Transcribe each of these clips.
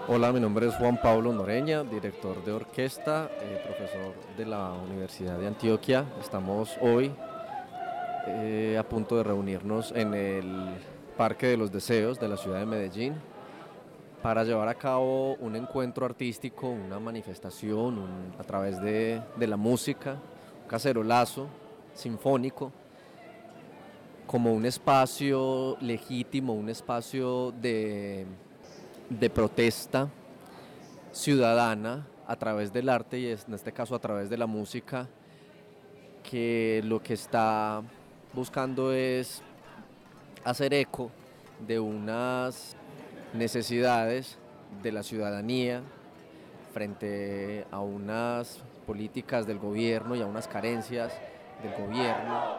Hola, mi nombre es Juan Pablo Noreña, director de orquesta, profesor de la Universidad de Antioquia. Estamos hoy a punto de reunirnos en el Parque de los Deseos de la ciudad de Medellín para llevar a cabo un encuentro artístico, una manifestación a través de la música, un cacerolazo sinfónico, como un espacio legítimo, un espacio de protesta ciudadana a través del arte y en este caso a través de la música, que lo que está buscando es hacer eco de unas necesidades de la ciudadanía frente a unas políticas del gobierno y a unas carencias del gobierno.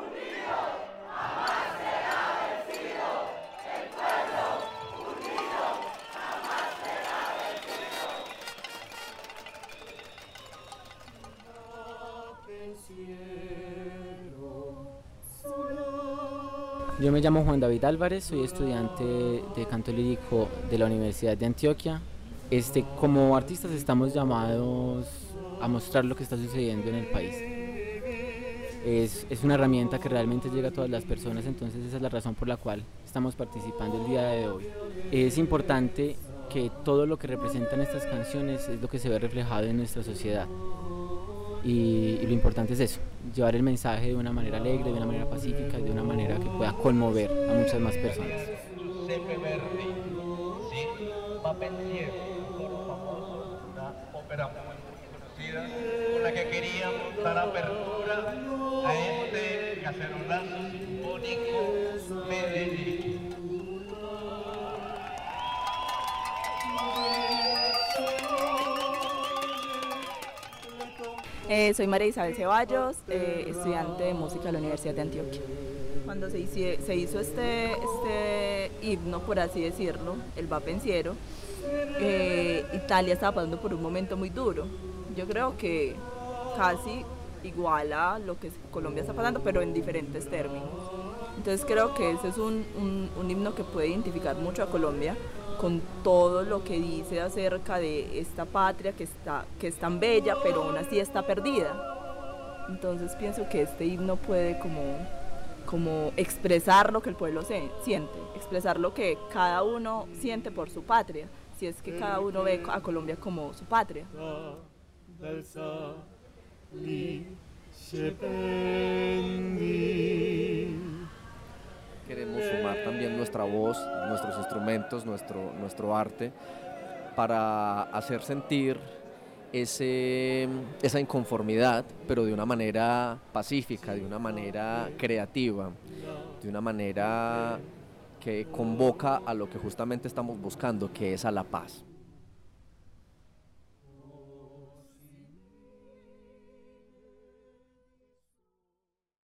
Yo me llamo Juan David Álvarez, soy estudiante de canto lírico de la Universidad de Antioquia. Como artistas estamos llamados a mostrar lo que está sucediendo en el país. Es una herramienta que realmente llega a todas las personas, entonces esa es la razón por la cual estamos participando el día de hoy. Es importante que todo lo que representan estas canciones es lo que se ve reflejado en nuestra sociedad. Y lo importante es eso, llevar el mensaje de una manera alegre, de una manera pacífica, de una manera que pueda conmover a muchas más personas. Giuseppe Verdi, sin Papendier, coro famoso, una ópera muy conocida, con la que queríamos dar apertura a este cacerolazo sinfónico Medellín. Soy María Isabel Ceballos, estudiante de música de la Universidad de Antioquia. Cuando se hizo este himno, por así decirlo, el Va Pensiero, Italia estaba pasando por un momento muy duro. Yo creo que casi igual a lo que Colombia está pasando, pero en diferentes términos. Entonces creo que ese es un himno que puede identificar mucho a Colombia con todo lo que dice acerca de esta patria que es tan bella, pero aún así está perdida. Entonces pienso que este himno puede como expresar lo que el pueblo siente, expresar lo que cada uno siente por su patria, si es que cada uno ve a Colombia como su patria. Queremos sumar también nuestra voz, nuestros instrumentos, nuestro arte, para hacer sentir esa inconformidad, pero de una manera pacífica, de una manera creativa, de una manera que convoca a lo que justamente estamos buscando, que es a la paz.